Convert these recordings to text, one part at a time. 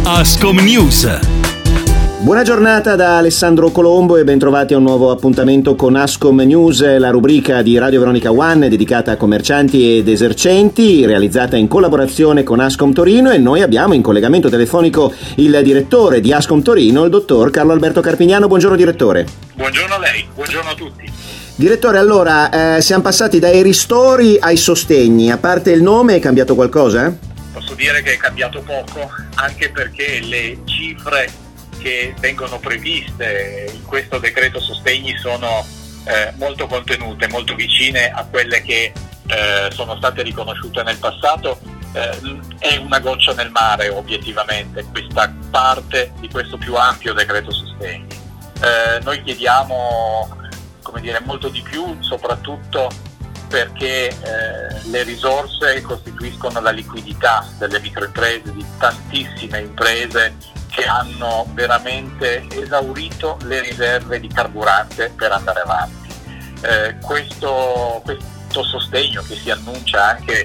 Ascom News. Buona giornata da Alessandro Colombo e bentrovati a un nuovo appuntamento con Ascom News, la rubrica di Radio Veronica One dedicata a commercianti ed esercenti, realizzata in collaborazione con Ascom Torino, e noi abbiamo in collegamento telefonico il direttore di Ascom Torino, il dottor Carlo Alberto Carpignano. Buongiorno direttore. Buongiorno a lei, buongiorno a tutti. Direttore, allora, siamo passati dai ristori ai sostegni. A parte il nome, è cambiato qualcosa? Posso dire che è cambiato poco, anche perché le cifre che vengono previste in questo decreto sostegni sono molto contenute, molto vicine a quelle che sono state riconosciute nel passato. È una goccia nel mare, obiettivamente, questa parte di questo più ampio decreto sostegni. Noi chiediamo molto di più, soprattutto perché le risorse costituiscono la liquidità delle microimprese, di tantissime imprese che hanno veramente esaurito le riserve di carburante per andare avanti. Questo sostegno, che si annuncia anche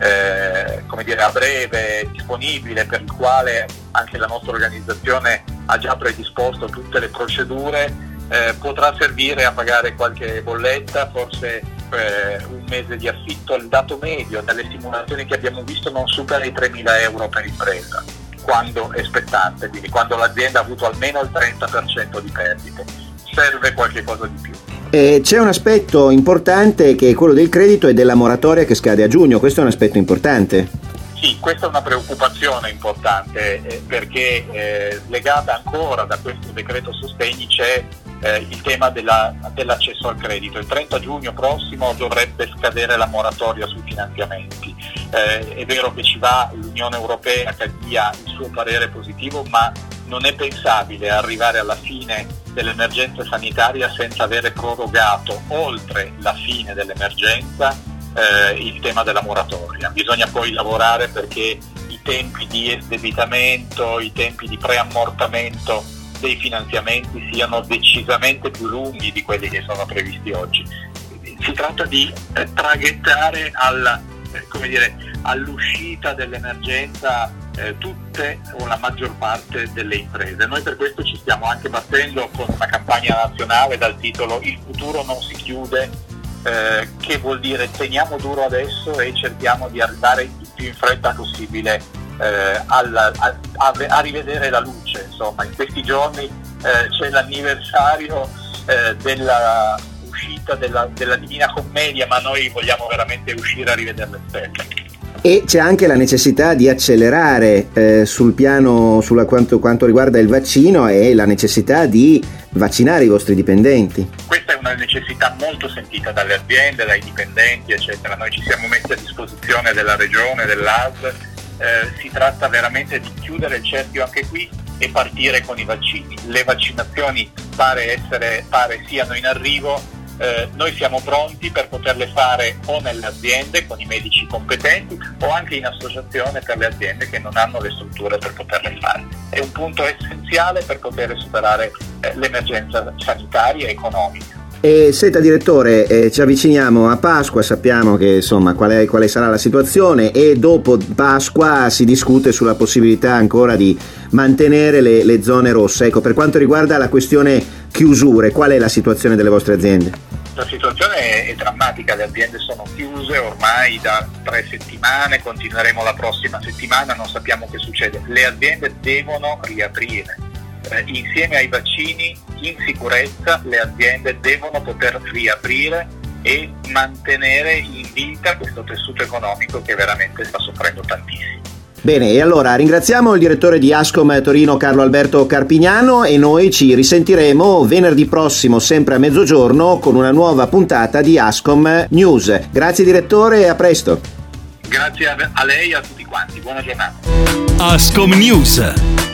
a breve, disponibile, per il quale anche la nostra organizzazione ha già predisposto tutte le procedure, potrà servire a pagare qualche bolletta, forse un mese di affitto. Il dato medio dalle simulazioni che abbiamo visto non supera i 3.000 euro per impresa quando è spettante, quindi quando l'azienda ha avuto almeno il 30% di perdite. Serve qualche cosa di più. C'è un aspetto importante, che è quello del credito e della moratoria che scade a giugno. Questo è un aspetto importante? Sì, questa è una preoccupazione importante, perché legata ancora da questo decreto sostegni c'è il tema dell'accesso al credito. Il 30 giugno prossimo dovrebbe scadere la moratoria sui finanziamenti. È vero che ci va l'Unione Europea che dia il suo parere positivo, ma non è pensabile arrivare alla fine dell'emergenza sanitaria senza avere prorogato oltre la fine dell'emergenza il tema della moratoria. Bisogna poi lavorare perché i tempi di esdebitamento, i tempi di preammortamento dei finanziamenti siano decisamente più lunghi di quelli che sono previsti oggi. Si tratta di traghettare all'uscita dell'emergenza tutte o la maggior parte delle imprese. Noi per questo ci stiamo anche battendo con una campagna nazionale dal titolo "Il futuro non si chiude", che vuol dire teniamo duro adesso e cerchiamo di arrivare il più in fretta possibile a rivedere la luce. Insomma, in questi giorni c'è l'anniversario della uscita della Divina Commedia, ma noi vogliamo veramente uscire a rivedere le stelle. E c'è anche la necessità di accelerare sul piano quanto riguarda il vaccino, e la necessità di vaccinare i vostri dipendenti. Questa è una necessità molto sentita dalle aziende, dai dipendenti, eccetera. Noi ci siamo messi a disposizione della regione, dell'ASL. Si tratta veramente di chiudere il cerchio anche qui e partire con i vaccini. Le vaccinazioni pare siano in arrivo. Noi siamo pronti per poterle fare o nelle aziende con i medici competenti o anche in associazione per le aziende che non hanno le strutture per poterle fare. È un punto essenziale per poter superare l'emergenza sanitaria e economica. Senta direttore, ci avviciniamo a Pasqua, sappiamo che quale sarà la situazione, e dopo Pasqua si discute sulla possibilità ancora di mantenere le zone rosse. Ecco, per quanto riguarda la questione chiusure, qual è la situazione delle vostre aziende? La situazione è drammatica, le aziende sono chiuse ormai da 3 settimane, continueremo la prossima settimana, non sappiamo che succede. Le aziende devono riaprire. Insieme ai vaccini, in sicurezza, le aziende devono poter riaprire e mantenere in vita questo tessuto economico che veramente sta soffrendo tantissimo. Bene, e allora ringraziamo il direttore di Ascom Torino Carlo Alberto Carpignano, e noi ci risentiremo venerdì prossimo sempre a mezzogiorno con una nuova puntata di Ascom News. Grazie direttore e a presto. Grazie a lei e a tutti quanti, buona giornata. Ascom News.